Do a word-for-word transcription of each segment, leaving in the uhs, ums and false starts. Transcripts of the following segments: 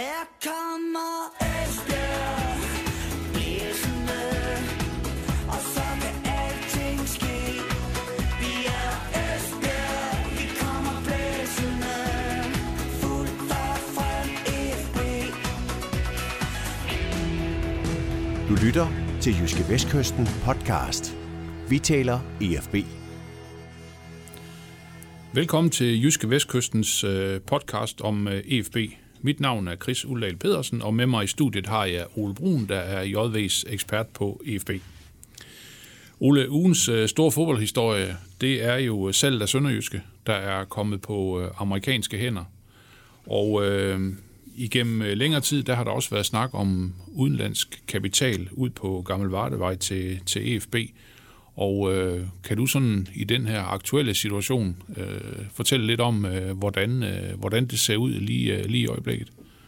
Her kommer Esbjerg blæsende, og så kan alting ske. Vi er Esbjerg, vi kommer blæsende, fuldt og frem F B. Du lytter til Jyske Vestkysten podcast. Vi taler E F B. Velkommen til Jyske Vestkystens podcast om E F B. Mit navn er Chris Uldal Pedersen, og med mig i studiet har jeg Ole Brun, der er J V's ekspert på E F B. Ole, ugens store fodboldhistorie, det er jo salget af Sønderjyske, der er kommet på amerikanske hænder. Og øh, igennem længere tid, der har der også været snak om udenlandsk kapital ud på Gammel Vardevej til, til E F B. Og øh, kan du sådan i den her aktuelle situation øh, fortælle lidt om, øh, hvordan, øh, hvordan det ser ud lige, øh, lige i øjeblikket?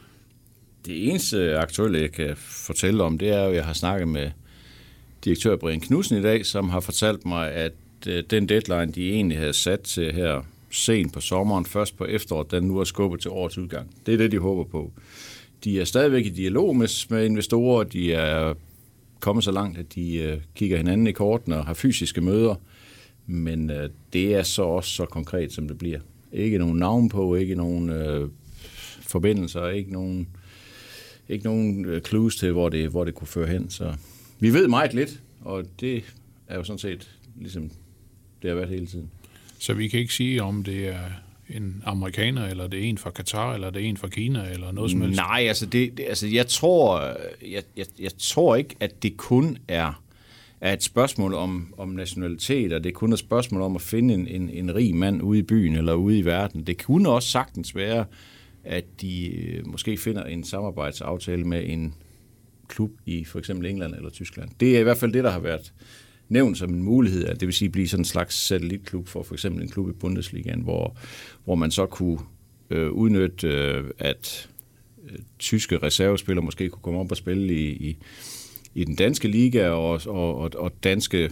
Det eneste aktuelle, jeg kan fortælle om, det er, at jeg har snakket med direktør Brian Knudsen i dag, som har fortalt mig, at øh, den deadline, de egentlig havde sat til her sent på sommeren, først på efteråret, den nu er skubbet til årets udgang. Det er det, de håber på. De er stadigvæk i dialog med, med investorer, de er kommet så langt, at de øh, kigger hinanden i kortene og har fysiske møder, men øh, det er så også så konkret, som det bliver. Ikke nogen navn på, ikke nogen øh, forbindelser, ikke nogen, ikke nogen øh, clues til, hvor det, hvor det kunne føre hen. Så vi ved meget lidt, og det er jo sådan set ligesom det har været hele tiden. Så vi kan ikke sige, om det er en amerikaner, eller det er en fra Katar, eller det er en fra Kina, eller noget som helst? Nej, altså, det, det, altså jeg, tror, jeg, jeg, jeg tror ikke, at det kun er, er et spørgsmål om, om nationalitet, og det er kun et spørgsmål om at finde en, en, en rig mand ude i byen eller ude i verden. Det kunne også sagtens være, at de måske finder en samarbejdsaftale med en klub i for eksempel England eller Tyskland. Det er i hvert fald det, der har været nævnt som en mulighed, at det vil sige blive sådan en slags satellitklub for for eksempel en klub i Bundesligaen, hvor, hvor man så kunne øh, udnytte, øh, at øh, tyske reservespillere måske kunne komme op og spille i, i, i den danske liga, og, og, og danske,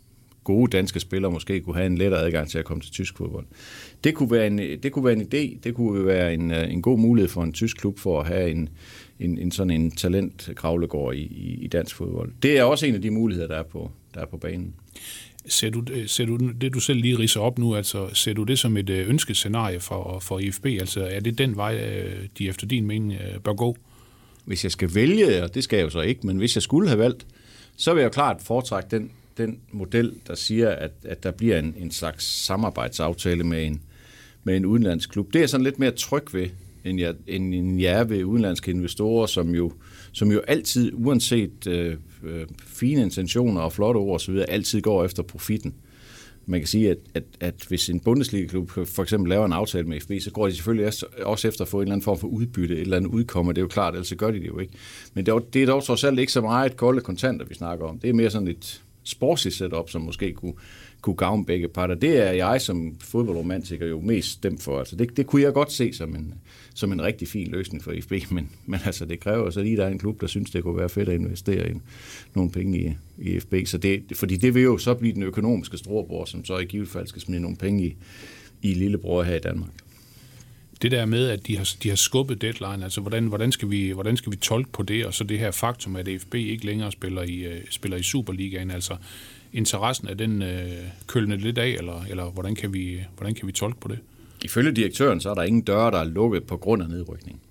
gode danske spillere måske kunne have en lettere adgang til at komme til tysk fodbold. Det kunne være en, det kunne være en idé, det kunne være en, en god mulighed for en tysk klub for at have en, en, en sådan en talentkravlegård i, i, i dansk fodbold. Det er også en af de muligheder, der er på der er på banen. Ser du, ser du det, du selv lige ridser op nu, altså ser du det som et ønskescenarie for, for E F B? Altså er det den vej, de efter din mening bør gå? Hvis jeg skal vælge, og det skal jeg jo så ikke, men hvis jeg skulle have valgt, så vil jeg jo klart foretrække den, den model, der siger, at, at der bliver en, en slags samarbejdsaftale med en, med en udenlandsk klub. Det er sådan lidt mere tryg ved, end jeg, end jeg er ved udenlandske investorer, som jo, som jo altid, uanset øh, øh, fine intentioner og flotte ord osv., altid går efter profitten. Man kan sige, at, at, at hvis en Bundesliga-klub for eksempel laver en aftale med F B, så går de selvfølgelig også efter at få en eller anden form for udbytte, et eller andet udkomme, det er jo klart, ellers gør de det jo ikke. Men det er, det er dog trods alt ikke så meget kolde kontanter, vi snakker om. Det er mere sådan et sportsligt setup, som måske kunne, kunne gavne begge parter. Det er jeg som fodboldromantiker jo mest stemt for. Altså det, det kunne jeg godt se som en, som en rigtig fin løsning for F B, men, men altså det kræver så lige, der er en klub, der synes, det kunne være fedt at investere i nogle penge i, i F B. Så det, fordi det vil jo så blive den økonomiske storebror, som så i givet fald skal smide nogle penge i, i lillebror her i Danmark. Det der med, at de har, de har skubbet deadline, altså hvordan, hvordan, skal vi, hvordan skal vi tolke på det, og så det her faktum, at F B ikke længere spiller i, uh, spiller i Superligaen, altså interessen af den uh, kølnet lidt af, eller, eller hvordan, kan vi, hvordan kan vi tolke på det? Ifølge direktøren, så er der ingen døre, der er lukket på grund af nedrykning.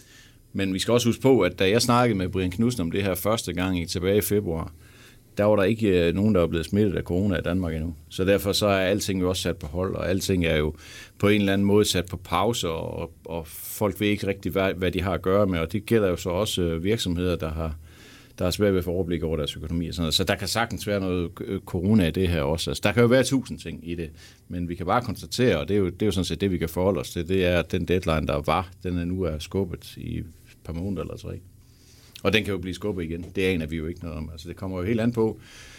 Men vi skal også huske på, at da jeg snakkede med Brian Knudsen om det her første gang i tilbage i februar, der var der ikke nogen, der var blevet smittet af corona i Danmark endnu. Så derfor så er alting jo også sat på hold, og alting er jo på en eller anden måde sat på pause, og, og folk ved ikke rigtig, hvad, hvad de har at gøre med, og det gælder jo så også virksomheder, der har, der har svært ved at få overblik over deres økonomi og sådan noget. Så der kan sagtens være noget corona i det her også. Altså, der kan jo være tusind ting i det, men vi kan bare konstatere, og det er jo, det er jo sådan set det, vi kan forholde os til, det er, at den deadline, der var, den er nu er skubbet i et par måneder eller tre. Og den kan jo blive skubbet igen. Det aner vi jo ikke noget om. Altså, det kommer jo helt an på,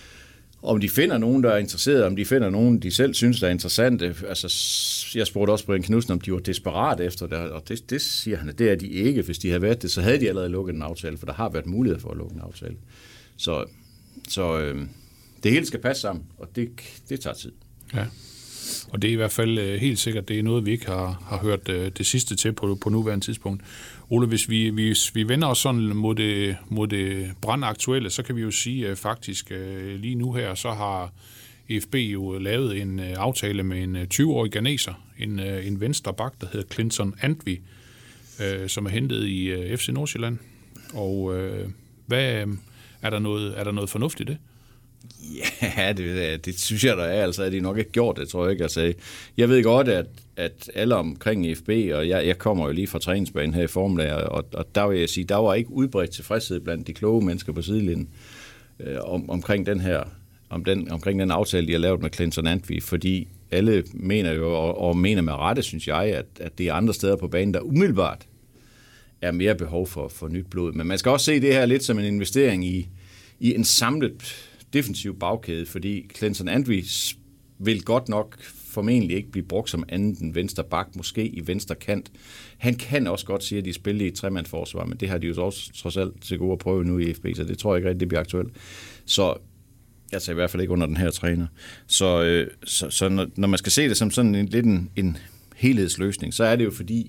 om de finder nogen, der er interesseret, om de finder nogen, de selv synes, der er interessante. Altså, jeg spurgte også Brian Knudsen, om de var desperat efter det, og det, det siger han, at det er de ikke. Hvis de havde været det, så havde de allerede lukket en aftale, for der har været mulighed for at lukke en aftale. Så, så øh, det hele skal passe sammen, og det, det tager tid. Ja. Og det er i hvert fald helt sikkert, det er noget, vi ikke har, har hørt det sidste til på, på nuværende tidspunkt. Ole, hvis vi, hvis vi vender os sådan mod det, mod det brandaktuelle, så kan vi jo sige at faktisk lige nu her, så har E F B jo lavet en aftale med en tyve-årig ghaneser, en, en venstre bak, der hedder Clinton Antwi, øh, som er hentet i F C Nordsjælland. Og øh, hvad, er, der noget, er der noget fornuftigt i det? Ja, det, det synes jeg, der er. Altså, at de nok ikke gjort det, tror jeg ikke. Altså, jeg ved godt, at, at alle omkring E F B, og jeg, jeg kommer jo lige fra træningsbanen her i formiddag, og, og der vil jeg sige, der var ikke udbredt tilfredshed blandt de kloge mennesker på sidelinjen øh, om, omkring den her om den, omkring den aftale, de har lavet med Clinton Antwi, fordi alle mener jo, og, og mener med rette, synes jeg, at, at det er andre steder på banen, der umiddelbart er mere behov for, for nyt blod. Men man skal også se det her lidt som en investering i, i en samlet defensiv bagkæde, fordi Clinton Antwi vil godt nok formentlig ikke blive brugt som andet end venstre bak, måske i venstre kant. Han kan også godt sige, at de spiller i et tremandsforsvar, men det har de jo også trods alt til gode at prøve nu i F B, så det tror jeg ikke rigtig, det bliver aktuelt. Så altså i hvert fald ikke under den her træner. Så, øh, så, så når, når man skal se det som sådan en lidt en, en helhedsløsning, så er det jo fordi,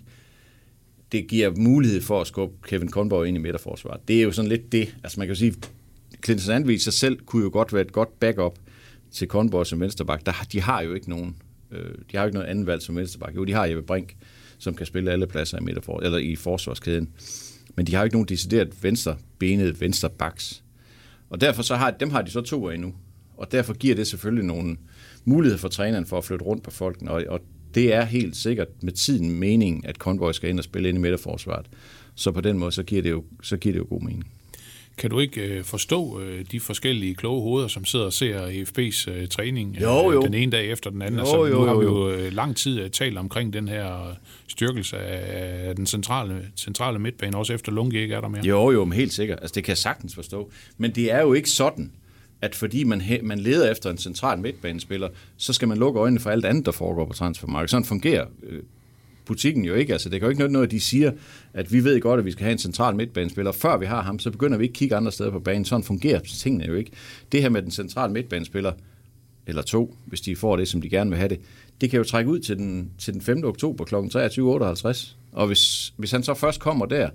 det giver mulighed for at skubbe Kevin Conboy ind i midterforsvaret. Det er jo sådan lidt det. Altså man kan jo sige, Clinton Antwi sig selv kunne jo godt være et godt backup til Conboy som vensterbak. Der, de har jo ikke nogen, øh, de har jo ikke noget andet valg som vensterbak. Jo, de har Jeppe Brink, som kan spille alle pladser i midterfor, eller i forsvarskæden. Men de har jo ikke nogen decideret venstrebenet vensterbaks. Og derfor så har, dem har de så to af nu. Og derfor giver det selvfølgelig nogle muligheder for træneren for at flytte rundt på folkene. Og, og det er helt sikkert med tiden meningen, at Conboy skal ind og spille ind i midterforsvaret. Så på den måde, så giver det jo, så giver det jo god mening. Kan du ikke øh, forstå øh, de forskellige kloge hoveder, som sidder og ser E F B's øh, træning jo, jo. Øh, den ene dag efter den anden? Jo, altså, jo, nu har vi jo, jo øh, lang tid øh, talt omkring den her styrkelse af den centrale, centrale midtbane, også efter Lunge ikke er der mere. Jo, jo, men helt sikkert. Altså, det kan jeg sagtens forstå. Men det er jo ikke sådan, at fordi man, he- man leder efter en central midtbanespiller, så skal man lukke øjnene for alt andet, der foregår på transfermarkedet. Sådan fungerer øh, butikken jo ikke. Altså, det kan jo ikke noget, noget, at de siger, at vi ved godt, at vi skal have en central midtbanespiller. Før vi har ham, så begynder vi ikke at kigge andre steder på banen. Sådan fungerer tingene jo ikke. Det her med den centrale midtbanespiller, eller to, hvis de får det, som de gerne vil have det, det kan jo trække ud til den, til den femte oktober klokken treogtyve otteoghalvtreds. Og hvis, hvis han så først kommer der,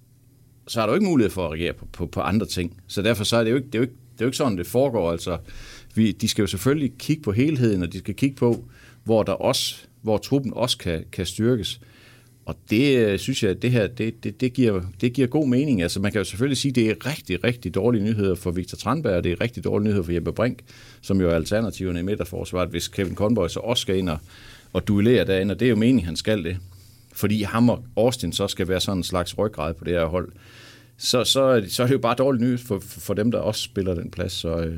så er der jo ikke mulighed for at reagere på, på, på andre ting. Så derfor så er det jo ikke, det er jo ikke, det er jo ikke sådan, det foregår. Altså, vi, de skal jo selvfølgelig kigge på helheden, og de skal kigge på, hvor der også hvor truppen også kan, kan styrkes. Og det synes jeg, det her, det, det, det, giver, det giver god mening. Altså man kan jo selvfølgelig sige, at det er rigtig, rigtig dårlige nyheder for Victor Tranberg, og det er rigtig dårlige nyheder for Jeppe Brink, som jo er alternativerne i midterforsvaret, hvis Kevin Conboy så også skal ind og, og duellere derinde, og det er jo meningen, han skal det. Fordi ham og Austin så skal være sådan en slags ryggrad på det her hold. Så, så, så er det jo bare dårligt nyt for, for dem, der også spiller den plads. Så øh,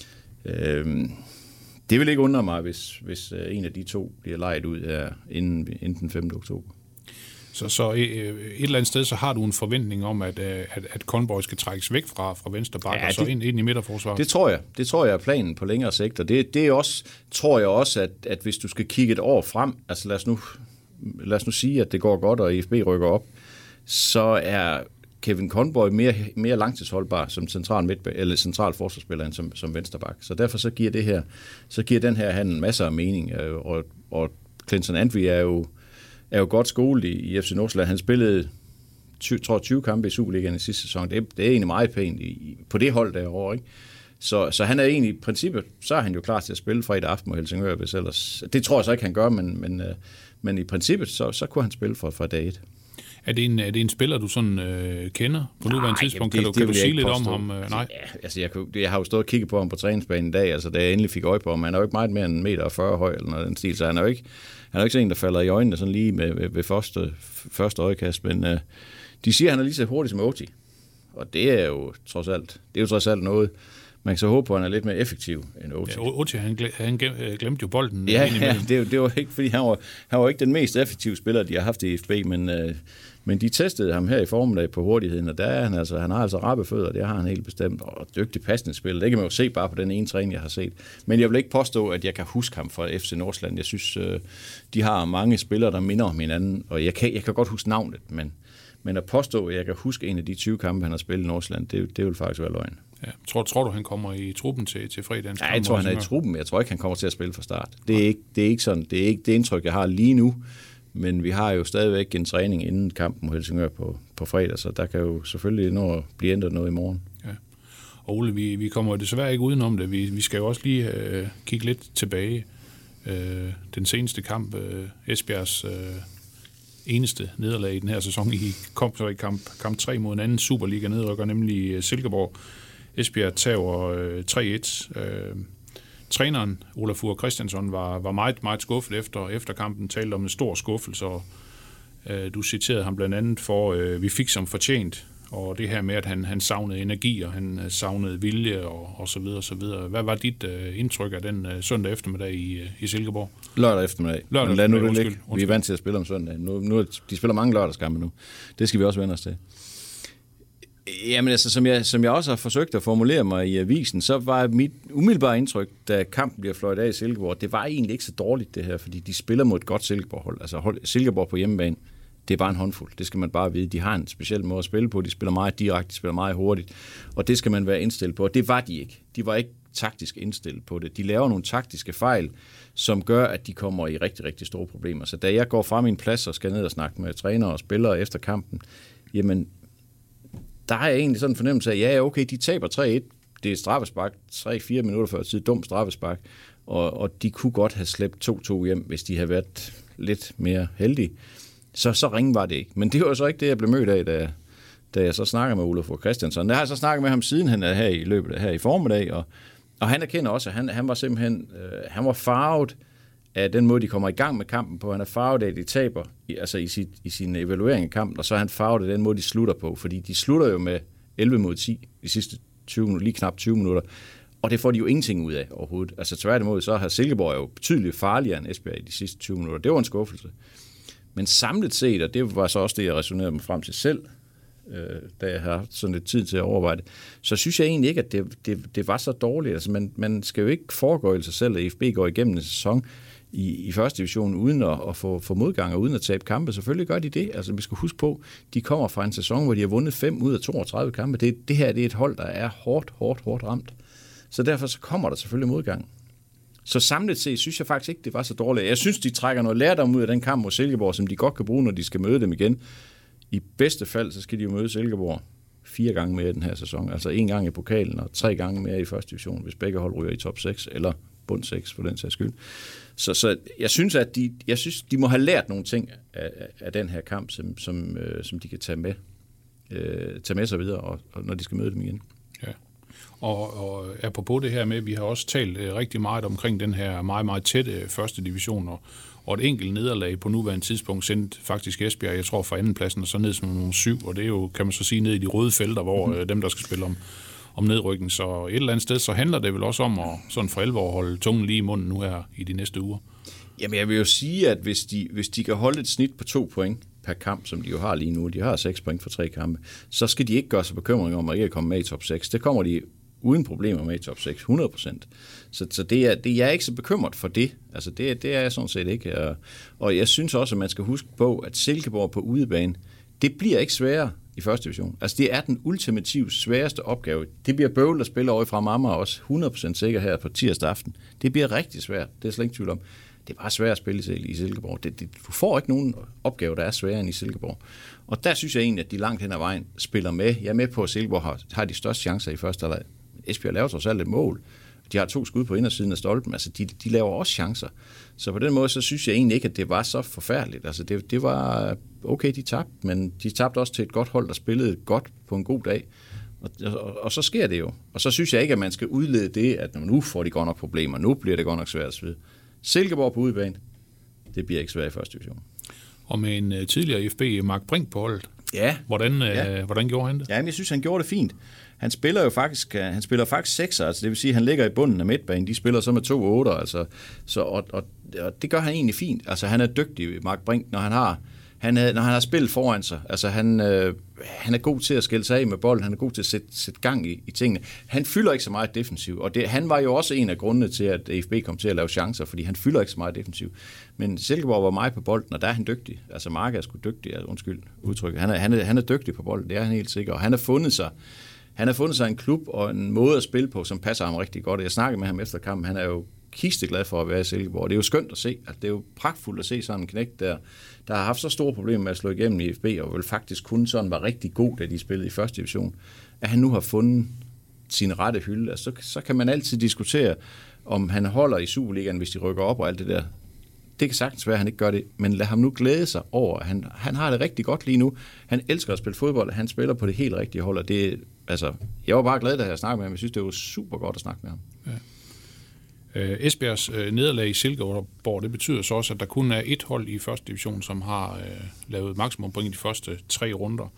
øh, det vil ikke undre mig, hvis, hvis en af de to bliver lejet ud her inden, inden den femte oktober. Så, så et eller andet sted, så har du en forventning om, at, at, at Conboy skal trækkes væk fra, fra venstre bakke, ja, og så det, ind, ind i midterforsvaret? Det tror jeg. Det tror jeg er planen på længere sigt, og det, det er også, tror jeg også, at, at hvis du skal kigge et år frem, altså lad os nu, lad os nu sige, at det går godt, og E F B rykker op, så er Kevin Conboy mere, mere langtidsholdbar som central midtbane, eller central forsvarsspiller end som, som vensterbak. Så derfor så giver det her, så giver den her handel masser af mening, og, og Clinton Antwi er jo er jo godt skolet i, i F C Nordsjælland. Han spillede tyve, tror tyve kampe i Superligaen i sidste sæson. Det er, det er egentlig meget pænt i, på det hold derovre, ikke? Så, så han er egentlig i princippet, så er han jo klar til at spille fredag aften mod Helsingør, hvis ellers. Det tror jeg så ikke, han gør, men, men, men i princippet, så, så kunne han spille fra, fra dag et. Er det, en, er det en spiller, du sådan øh, kender på nuværende tidspunkt? Kan, det, du, kan du sige lidt om ham? Øh, nej. Ja, altså jeg, jeg har jo stået og kigget på ham på træningsbanen i dag, altså da jeg endelig fik øje på ham. Han er jo ikke meget mere end en meter og fyrre høj, eller noget den stil, så han er jo ikke, han er jo ikke sådan en, der falder i øjnene sådan lige med, ved, ved første, første øjekast, men øh, de siger, at han er lige så hurtig som Oti. Og det er jo trods alt, det er jo trods alt noget. Man kan så håbe på, at han er lidt mere effektiv end Oti. Ja, Oti, han, han glemte jo bolden. Ja, ja det, det var ikke, fordi han var, han var ikke den mest effektive spiller, de har haft i F B, men, øh, men de testede ham her i formiddag på hurtigheden, og der er han altså, han har altså rappefødder, det har han helt bestemt, og dygtig pasningsspil. Det kan man jo se bare på den ene træning, jeg har set. Men jeg vil ikke påstå, at jeg kan huske ham fra F C Nordsjælland. Jeg synes, øh, de har mange spillere, der minder om hinanden, og jeg kan, jeg kan godt huske navnet, men, men at påstå, at jeg kan huske en af de tyve kampe, han har spillet i Nordsjælland, det, det vil faktisk være løgn. Ja. Tror, tror du, han kommer i truppen til, til fredagens kamp? Ja, jeg tror, han er i truppen, men jeg tror ikke, han kommer til at spille fra start. Det er ikke, det er ikke sådan, det er ikke det indtryk, jeg har lige nu, Men vi har jo stadigvæk en træning inden kampen mod Helsingør på, på fredag, så der kan jo selvfølgelig nå at blive ændret noget i morgen. Ja. Ole, vi, vi kommer desværre ikke udenom det. Vi, vi skal jo også lige øh, kigge lidt tilbage. Øh, den seneste kamp, øh, Esbjergs øh, eneste nederlag i den her sæson i kamp, kamp, kamp tre mod en anden Superliga-nedrykker, nemlig Silkeborg. Esbjerg tager øh, tre et. Øh, træneren, Olafur Christiansson, var, var meget, meget skuffet efter, efter kampen, talte om en stor skuffelse, og øh, du citerede ham blandt andet for, øh, vi fik som fortjent, og det her med, at han, han savnede energi, og han savnede vilje, og, og så videre, og så videre. Hvad var dit øh, indtryk af den øh, søndag eftermiddag i, i Silkeborg? Lørdag eftermiddag. Lørdag lad eftermiddag, nu det ligge. Vi er vant til at spille om søndag. Nu, nu, de spiller mange lørdagskampe nu. Det skal vi også vende os til. Jamen altså, som jeg, som jeg også har forsøgt at formulere mig i avisen, så var mit umiddelbare indtryk, da kampen bliver fløjt af i Silkeborg, det var egentlig ikke så dårligt det her, fordi de spiller mod et godt Silkeborg-hold. Altså hold, Silkeborg på hjemmebane, det er bare en håndfuld. Det skal man bare vide. De har en speciel måde at spille på. De spiller meget direkte, de spiller meget hurtigt, og det skal man være indstillet på. Og det var de ikke. De var ikke taktisk indstillet på det. De laver nogle taktiske fejl, som gør, at de kommer i rigtig, rigtig store problemer. Så da jeg går fra min plads og skal ned og snakke med trænere og spillere efter kampen, jamen, der har jeg egentlig sådan en fornemmelse af, at ja, okay, de taber tre et. Det er straffespark, tre fire minutter før tid, dum straffespark, og, og de kunne godt have slæbt to to hjem, hvis de havde været lidt mere heldige. Så, så ringe var det ikke. Men det var så ikke det, jeg blev mødt af, da, da jeg så snakker med Olafur Christiansson. Der har jeg så snakket med ham siden, han er her i løbet af her i formiddag, og, og han erkender også, at han, han var simpelthen øh, han var farvet af den måde, de kommer i gang med kampen på. Han er farvet af, at de taber i, altså i, sit, i sin evaluering af kampen, og så er han farvet af den måde, de slutter på. Fordi de slutter jo med elleve mod ti de sidste tyve minutter, lige knap tyve minutter. Og det får de jo ingenting ud af overhovedet. Altså tværtimod, så har Silkeborg jo betydeligt farligere end Esbjerg i de sidste tyve minutter. Det var en skuffelse. Men samlet set, og det var så også det, jeg resonerede mig frem til selv, øh, da jeg har sådan lidt tid til at overveje det, så synes jeg egentlig ikke, at det, det, det var så dårligt. Altså man, man skal jo ikke foregøjle sig selv, at F B går igennem en sæson i, i første division uden at, at få, få modgang og uden at tabe kampe. Selvfølgelig gør de det. Altså vi skal huske på, de kommer fra en sæson, hvor de har vundet fem ud af toogtredive kampe. Det, det her det er et hold, der er hårdt, hårdt, hårdt ramt. Så derfor så kommer der selvfølgelig modgang. Så samlet set synes jeg faktisk ikke, det var så dårligt. Jeg synes, de trækker noget lærdom ud af den kamp mod Silkeborg, som de godt kan bruge, når de skal møde dem igen. I bedste fald, så skal de jo møde Silkeborg fire gange mere i den her sæson. Altså en gang i pokalen og tre gange mere i første division, hvis begge hold ryger i top seks, eller bund seks for den sags skyld. Så, så jeg synes, at de, jeg synes, de må have lært nogle ting af, af den her kamp, som, som, øh, som de kan tage med, øh, tage med sig videre, og, og når de skal møde dem igen. Ja. Og, og apropos det her med, vi har også talt øh, rigtig meget omkring den her meget, meget tætte første division, og, og et enkelt nederlag på nuværende tidspunkt sendte faktisk Esbjerg, jeg tror, fra andenpladsen og så ned som nummer syv, og det er jo, kan man så sige, ned i de røde felter, hvor mm-hmm. øh, dem, der skal spille om, om nedrykning. Så et eller andet sted, så handler det vel også om at sådan for alvor holde tungen lige i munden nu her i de næste uger. Jamen jeg vil jo sige, at hvis de, hvis de kan holde et snit på to point per kamp, som de jo har lige nu, de har seks point for tre kampe, så skal de ikke gøre sig bekymring om at ikke komme med i top seks. Det kommer de uden problemer med i top seks, hundrede procent. Så, så det er, det, jeg er ikke så bekymret for det. Altså det, det er jeg sådan set ikke. Og, og jeg synes også, at man skal huske på, at Silkeborg på udebane, det bliver ikke sværere i første division. Altså det er den ultimativt sværeste opgave. Det bliver bøvlet at spille over fra Amager også, hundrede procent sikker her på tirsdag aften. Det bliver rigtig svært, det er slet ikke tvivl om. Det er bare svært at spille i Silkeborg. Det, det, du får ikke nogen opgave, der er sværere end i Silkeborg. Og der synes jeg egentlig, at de langt hen ad vejen spiller med. Jeg er med på, at Silkeborg har, har de største chancer i første halvleg. Esbjerg laver trods alt et mål. De har to skud på indersiden af stolpen. Altså, de, de laver også chancer. Så på den måde, så synes jeg egentlig ikke, at det var så forfærdeligt. Altså, det, det var okay, de tabte, men de tabte også til et godt hold, der spillede godt på en god dag. Og, og, og så sker det jo. Og så synes jeg ikke, at man skal udlede det, at nu får de godt nok problemer. Nu bliver det godt nok svært at svide. Silkeborg på udebane, det bliver ikke svært i første division. Og med en uh, tidligere F B, Mark Brink på holdet. Ja. Hvordan, uh, ja. hvordan gjorde han det? Ja, men jeg synes, han gjorde det fint. Han spiller jo faktisk, han spiller faktisk sekser, altså det vil sige, at han ligger i bunden af midtbanen. De spiller så med to otter, altså, så, og, og, og det gør han egentlig fint. Altså han er dygtig, Mark Brink, når han har, han, når han har spillet foran sig. Altså han, øh, han er god til at skille sig af med bolden, han er god til at sætte, sætte gang i, i tingene. Han fylder ikke så meget defensiv, og det, han var jo også en af grundene til, at F B kom til at lave chancer, fordi han fylder ikke så meget defensiv. Men Silkeborg var meget på bolden, og der er han dygtig. Altså Mark er sgu dygtig, altså, undskyld udtrykket. Han er, han, er, han er dygtig på bolden, det er han helt sikker, og han har fundet sig Han har fundet sig en klub og en måde at spille på, som passer ham rigtig godt. Jeg snakkede med ham efter kampen. Han er jo kisteglad for at være i Silkeborg. Det er jo skønt at se. Altså, det er jo pragtfuldt at se sådan en knægt der, der har haft så store problemer med at slå igennem i F B, og vel faktisk kun sådan var rigtig god, da de spillede i første division, at han nu har fundet sin rette hylde. Altså, så, så kan man altid diskutere, om han holder i Superligaen, hvis de rykker op og alt det der. Det kan sagtens være, at han ikke gør det, men lad ham nu glæde sig over. Han, han har det rigtig godt lige nu. Han elsker at spille fodbold, han spiller på det helt rigtige hold, og det, altså, jeg var bare glad, da jeg snakkede med ham. Jeg synes, det var super godt at snakke med ham. Ja. Øh, Esbjergs øh, nederlag i Silkeborg, det betyder så også, at der kun er et hold i første division, som har øh, lavet maksimum point i de første tre runder.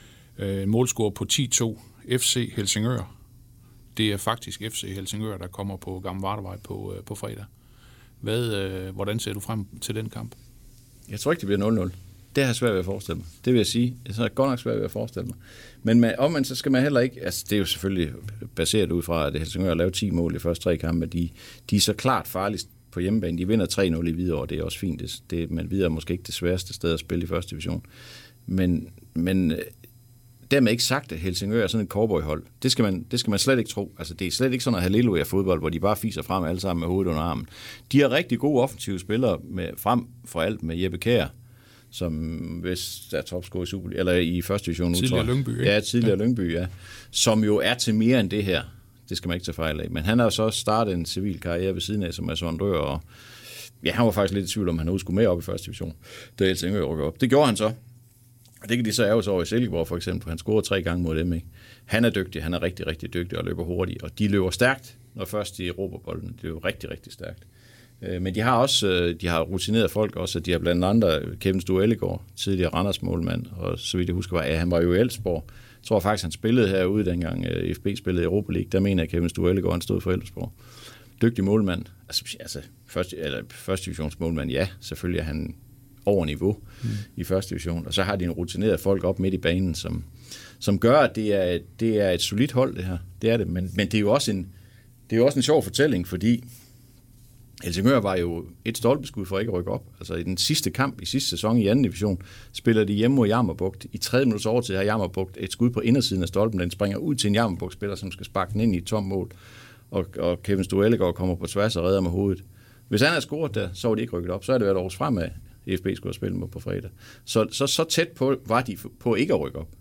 Øh, målscore på ti to. F C Helsingør. Det er faktisk F C Helsingør, der kommer på Gammel Vardevej på, øh, på fredag. Hvad, øh, hvordan ser du frem til den kamp? Jeg tror ikke, det bliver nul nul. Det har jeg svært ved at forestille mig. Det vil jeg sige. Jeg har godt nok svært ved at forestille mig. Men med, omvendt, så skal man heller ikke... Altså, det er jo selvfølgelig baseret ud fra, at Helsingør har lavet ti mål i første tre kampe. De, de er så klart farligst på hjemmebane. De vinder tre nul i Hvidovre. Det er også fint. Det, det, men Hvidovre er måske ikke det sværeste sted at spille i første division. Men, men dermed ikke sagt, at Helsingør er sådan et cowboyhold. Det skal man, det skal man slet ikke tro. Altså, det er slet ikke sådan noget halleluja-fodbold, hvor de bare fiser frem alle sammen med hovedet under armen. De har rigtig gode offensive spillere med, frem for alt med Jeppe Kjær, som hvis der er topscorer i Super, eller i første division. Tidligere Lyngby, ikke? Ja, tidligere ja. Lyngby, ja. Som jo er til mere end det her. Det skal man ikke tage fejl af. Men han har jo så startet en civil karriere ved siden af, som er sondrør, og ja, han var faktisk lidt i tvivl om, han skulle med op i første division. Det er Helsingør rykker op. Det gjorde han så. Og det kan de så ærge sig over i Silkeborg, for eksempel. Han scorede tre gange mod dem, ikke? Han er dygtig, han er rigtig, rigtig dygtig og løber hurtigt. Og de løber stærkt, når først de råber bolden. Det er jo rigtig, rigtig stærkt. Men de har også de har rutinerede folk også, de har blandt andet Kevin Stue Ellegaard, tidligere Randers målmand, og så vidt jeg husker, var, ja, han var jo i Elfsborg. Jeg tror faktisk, han spillede herude, dengang F B spillede i Europa League. Der mener jeg, Kevin Stue Ellegaard, han stod for Elfsborg. Dygtig målmand. Altså, altså første, eller første divisionsmålmand, ja, selvfølgelig er han over niveau mm. i første division. Og så har de en rutineret folk op midt i banen, som, som gør, at det er, det er et solidt hold, det her. Det er det, men, men det er jo også en, det er jo også en sjov fortælling, fordi Helsingør var jo et stolpeskud for ikke at rykke op. Altså i den sidste kamp i sidste sæson i anden division, spiller de hjemme mod Jammerbugt. I tredje minutters overtid har Jammerbugt et skud på indersiden af stolpen. Den springer ud til en Jammerbugt-spiller, som skal sparke den ind i et tomt mål. Og, og Kevin Stue Ellegaard kommer på tværs og redder med hovedet. Hvis han havde scoret der, så var de ikke rykket op. Så er det været års fremad, F B skulle have spillet med på fredag. Så, så, så tæt på var de på ikke at rykke op.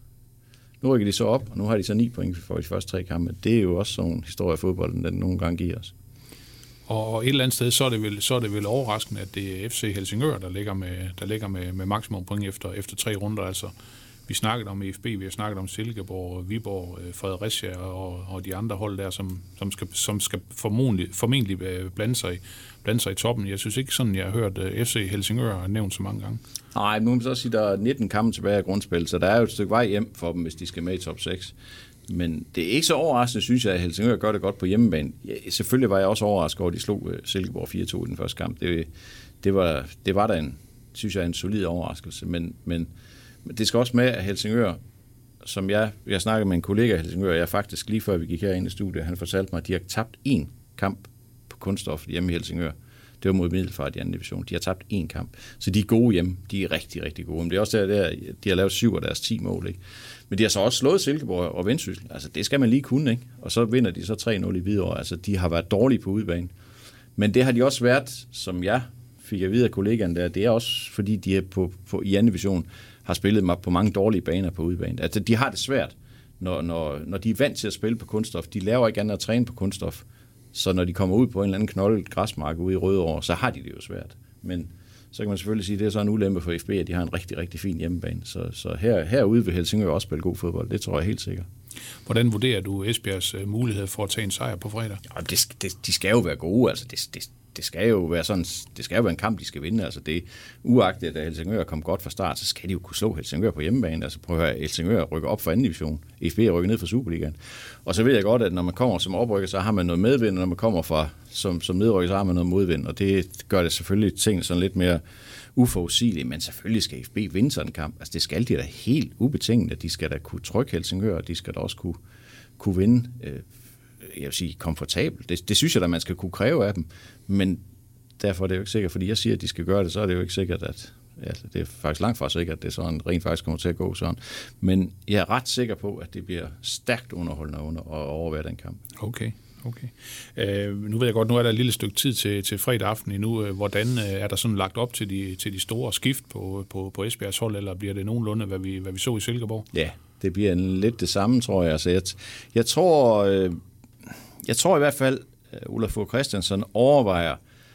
Nu rykker de så op, og nu har de så ni point for de første tre kampe. Det er jo også sådan en historie af fodbolden, den nogle gange giver os. Og et eller andet sted, så er det vel, så er det vel overraskende, at det er F C Helsingør, der ligger med, der ligger med, med maksimum point efter, efter tre runder. Altså, vi snakkede om F B, vi har snakket om Silkeborg, Viborg, Fredericia og, og de andre hold der, som, som skal, som skal formodentlig, formentlig blande sig, blande sig i toppen. Jeg synes ikke sådan, jeg har hørt F C Helsingør nævnt så mange gange. Nej, nu må man så sige, der er nitten kampe tilbage af grundspil, så der er jo et stykke vej hjem for dem, hvis de skal med i top seks. Men det er ikke så overraskende, synes jeg, at Helsingør gør det godt på hjemmebane. Ja, selvfølgelig var jeg også overrasket over, at de slog Silkeborg fire to i den første kamp. Det, det, var, det var da en, synes jeg, en solid overraskelse. Men, men, men det skal også med, at Helsingør, som jeg, jeg snakkede med en kollega af Helsingør, jeg faktisk lige før vi gik herind i studiet, han fortalte mig, at de har tabt én kamp på kunststof hjemme i Helsingør. Det var mod Middelfart i anden division. De har tabt én kamp. Så de er gode hjemme. De er rigtig, rigtig gode. Men det er også der, der de har lavet syv af deres ti mål, ikke? Men de har så også slået Silkeborg og Vendsyssel. Altså, det skal man lige kunne, ikke? Og så vinder de så tre nul i Hvidovre. Altså, de har været dårlige på udebane. Men det har de også været, som jeg fik at vide af kollegaen der, det er også, fordi de er på, på, i anden division har spillet på mange dårlige baner på udebane. Altså, de har det svært, når, når, når de er vant til at spille på kunststof. De laver ikke andet at træne på kunststof. Så når de kommer ud på en eller anden knoldet græsmark ude i Rødovre, så har de det jo svært. Men så kan man selvfølgelig sige, at det er så en ulempe for F B, at de har en rigtig, rigtig fin hjemmebane. Så, så her, herude vil Helsingør også spille god fodbold. Det tror jeg helt sikkert. Hvordan vurderer du Esbjergs mulighed for at tage en sejr på fredag? Ja, det, det, de skal jo være gode. Altså, det, det, det skal jo være sådan, det skal jo være en kamp, de skal vinde. Altså, det uagtet, at Helsingør kom godt fra start, så skal de jo kunne slå Helsingør på hjemmebane. Altså, prøv at høre, Helsingør rykker op for anden division. F B rykker ned fra Superligaen. Og så ved jeg godt, at når man kommer som oprykker, så har man noget medvind, og når man kommer fra som, som nedrykker, så har man noget modvind. Og det gør det selvfølgelig ting sådan lidt mere uforudsigeligt, men selvfølgelig skal F B vinde sådan en kamp. Altså, det skal de da helt ubetinget, at de skal da kunne trykke Helsingør, og de skal da også kunne, kunne vinde, øh, jeg vil sige, komfortabelt. Det, det synes jeg da, man skal kunne kræve af dem, men derfor er det jo ikke sikkert, fordi jeg siger, at de skal gøre det, så er det jo ikke sikkert, at ja, det er faktisk langt fra sikkert, at det sådan rent faktisk kommer til at gå sådan. Men jeg er ret sikker på, at det bliver stærkt underholdende og overvære den kamp. Okay. Okay. Øh, nu ved jeg godt, nu er der et lille stykke tid til, til fredag aften endnu. Hvordan er der sådan lagt op til de, til de store skift på, på, på Esbjergs hold, eller bliver det nogenlunde, hvad vi, hvad vi så i Silkeborg? Ja, det bliver en, lidt det samme, tror jeg. Altså, jeg, jeg, tror, øh, jeg tror i hvert fald, at Ulrik Fogh Christiansen overvejer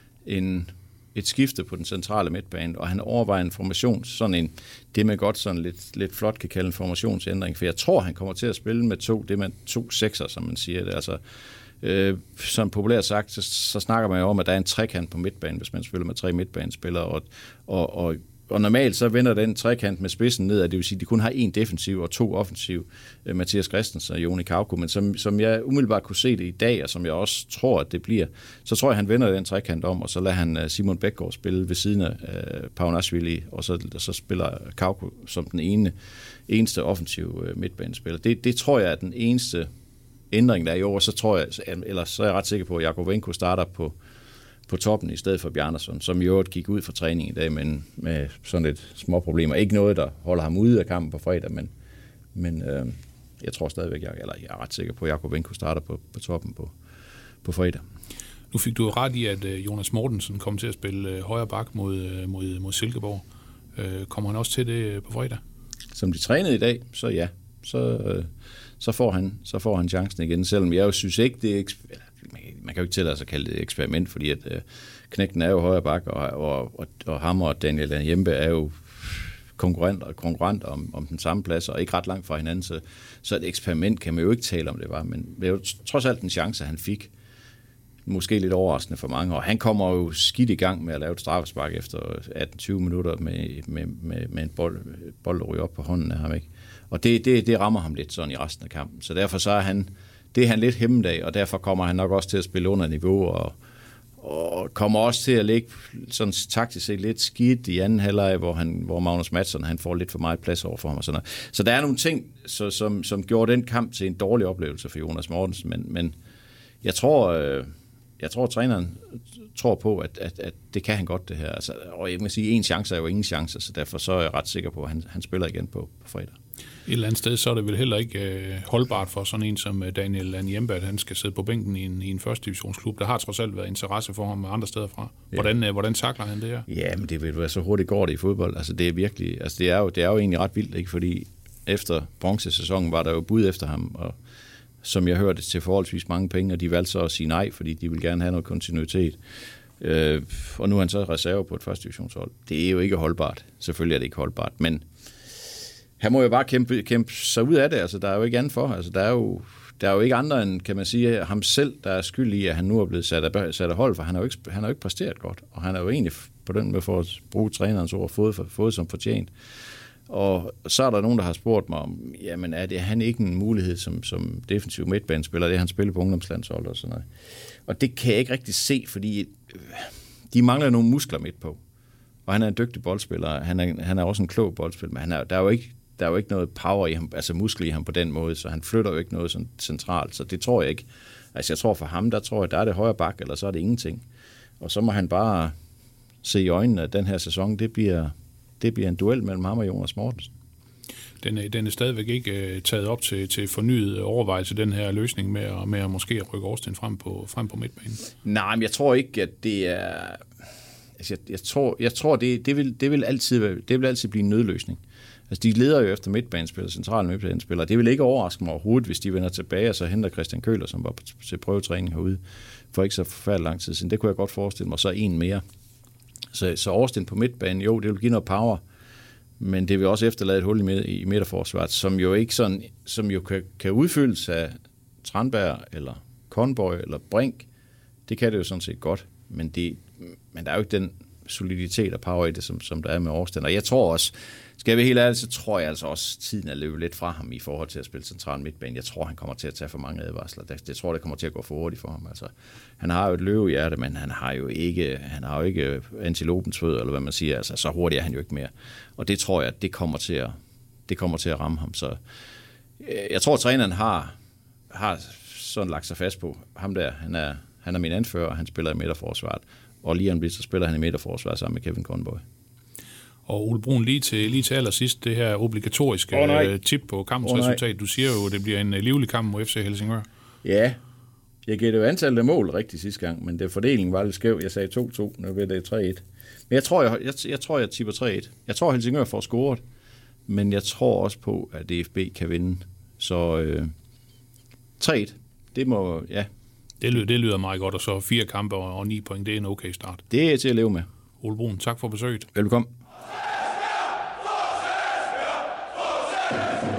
en, et skifte på den centrale midtbane, og han overvejer en formation, sådan en, det man godt sådan lidt, lidt flot kan kalde en formationsændring, for jeg tror, han kommer til at spille med to, det man to sekser, som man siger det. Altså, øh, som populært sagt, så, så snakker man jo om, at der er en trekant på midtbanen, hvis man spiller med tre midtbanespillere, og, og, og Og normalt så vender den trekant med spidsen ned, det vil sige, at de kun har en defensiv og to offensiv, Mathias Christensen og Joni Kauko, men som, som jeg umiddelbart kunne se det i dag, og som jeg også tror, at det bliver, så tror jeg, at han vender den trekant om, og så lader han Simon Bækgaard spille ved siden af uh, Paunashvili, og så, så spiller Kauko som den ene, eneste offensive uh, midtbanespiller. Det, det tror jeg er den eneste ændring, der er i år, så tror jeg, eller så er jeg ret sikker på, at Jakovenko starter på på toppen i stedet for Bjarnason, som i øvrigt gik ud for træning i dag, men med sådan lidt små problemer. Ikke noget, der holder ham ude af kampen på fredag, men, men øh, jeg tror stadigvæk, jeg, eller jeg er ret sikker på, at Jakovenko starter på, på toppen på, på fredag. Nu fik du ret i, at Jonas Mortensen kom til at spille højre bak mod, mod, mod Silkeborg. Kommer han også til det på fredag? Som de trænede i dag, så ja. Så, øh, så, får han, så får han chancen igen, selvom jeg jo synes ikke, det er man kan jo ikke tillade sig at kalde det et eksperiment, fordi at øh, Knægten er jo højre bak, og, og, og, og ham og Daniel Njembe er jo konkurrenter konkurrenter om, om den samme plads, og ikke ret langt fra hinanden, så, så et eksperiment kan man jo ikke tale om det var, men det er jo trods alt en chance, han fik. Måske lidt overraskende for mange, og han kommer jo skidt i gang med at lave et straffespark efter atten tyve minutter med, med, med, med en bold, bold der ryger op på hånden af ham, ikke? Og det, det, det rammer ham lidt sådan i resten af kampen, så derfor så er han Det er han lidt hæmmet af, og derfor kommer han nok også til at spille under niveau, og, og kommer også til at ligge sådan taktisk set lidt skidt i anden halvleg, hvor, han, hvor Magnus Madsen han får lidt for meget plads over for ham. Og sådan noget. Så der er nogle ting, så, som, som gjorde den kamp til en dårlig oplevelse for Jonas Mortensen, men, men jeg tror, øh, jeg tror, at træneren tror på, at, at, at det kan han godt det her. Altså, og jeg må sige, en chance er jo ingen chance, så derfor så er jeg ret sikker på, at han, han spiller igen på, på fredag. Et eller andet sted, så er det vel heller ikke øh, holdbart for sådan en som Daniel Njembe, at han skal sidde på bænken i en, i en første divisionsklub. Der har trods alt været interesse for ham andre steder fra. Hvordan, øh, hvordan takler han det her? Ja, men det vil være så hurtigt går det i fodbold. Altså det er virkelig, altså det er jo, det er jo egentlig ret vildt, ikke? Fordi efter bronzesæsonen var der jo bud efter ham, og som jeg hørte til forholdsvis mange penge, og de valgte så at sige nej, fordi de vil gerne have noget kontinuitet. Øh, og nu er han så reserve på et første divisionshold. Det er jo ikke holdbart. Selvfølgelig er det ikke holdbart, men han må jo bare kæmpe, kæmpe sig ud af det, altså der er jo ikke andet for, altså der er jo, der er jo ikke andre end, kan man sige, ham selv, der er skyld i, at han nu er blevet sat af, sat af hold, for han har jo ikke, han har jo ikke præsteret godt, og han er jo egentlig på den måde for at bruge trænerens ord, fået, fået som fortjent. Og så er der nogen, der har spurgt mig om, jamen er det han ikke en mulighed som, som defensiv midtbanespiller, det han spiller på ungdomslandshold og sådan noget. Og det kan jeg ikke rigtig se, fordi øh, de mangler nogle muskler midt på. Og han er en dygtig boldspiller, han er, han er også en klog boldspiller, men han er, der er jo ikke Der er jo ikke noget power i ham, altså muskler i ham på den måde, så han flytter jo ikke noget sådan centralt, så det tror jeg ikke. Altså jeg tror for ham, der tror jeg, der er det højre bak, eller så er det ingenting. Og så må han bare se i øjnene, at den her sæson, det bliver, det bliver en duel mellem ham og Jonas Mortensen. Den er, den er stadigvæk ikke uh, taget op til, til fornyet overvejelse, den her løsning med at, med at måske rykke Årsten frem på, frem på midtbanen. Nej, men jeg tror ikke, at det er... Altså jeg, jeg tror, jeg tror det, det, vil, det, vil altid, det vil altid blive en nødløsning. Altså, de leder jo efter midtbanespillere, centrale midtbanespillere. Det vil ikke overraske mig overhovedet, hvis de vender tilbage, og så henter Christian Køhler, som var til prøvetræning herude, for ikke så forfærdelig lang tid siden. Det kunne jeg godt forestille mig, så en mere. Så, så Årsten på midtbanen, jo, det vil give noget power, men det vil også efterlade et hul i, midt, i midterforsvaret, som jo ikke sådan, som jo kan, kan udfyldes af Tranberg, eller Kornborg, eller Brink. Det kan det jo sådan set godt, men, det, men der er jo ikke den soliditet og power i det, som, som der er med Årsten. Og jeg tror også, skal jeg være helt ærlig, så tror jeg altså også, tiden er løbet lidt fra ham i forhold til at spille central midtbane. Jeg tror, han kommer til at tage for mange advarsler. Jeg tror, det kommer til at gå for hurtigt for ham. Altså, han har jo et løvehjerte, men han har jo ikke, han har jo ikke antilopens fødder, eller hvad man siger. Altså, så hurtigt er han jo ikke mere. Og det tror jeg, det kommer til at, det kommer til at ramme ham. Så jeg tror, at træneren har, har sådan lagt sig fast på ham der. Han er, han er min anfører, og han spiller i midterforsvaret. Og lige om lidt, så spiller han i midterforsvaret sammen med Kevin Kornborg. Og Ole Brun, lige til, lige til allersidst, det her obligatoriske oh, tip på kampens oh, resultat. Du siger jo, at det bliver en livlig kamp mod F C Helsingør. Ja, Jeg gav det jo antallet af mål rigtigt sidste gang, men det fordelingen var lidt skæv. Jeg sagde to to, nu bliver det tre et. Men jeg tror, jeg, jeg, jeg, tror, jeg tipper tre et. Jeg tror, Helsingør får scoret, men jeg tror også på, at D F B kan vinde. Så øh, tre et, det må, ja. Det lyder, det lyder meget godt, og så fire kampe og, og ni point, det er en okay start. Det er til at leve med. Ole Bruun, tak for besøget. Velkommen.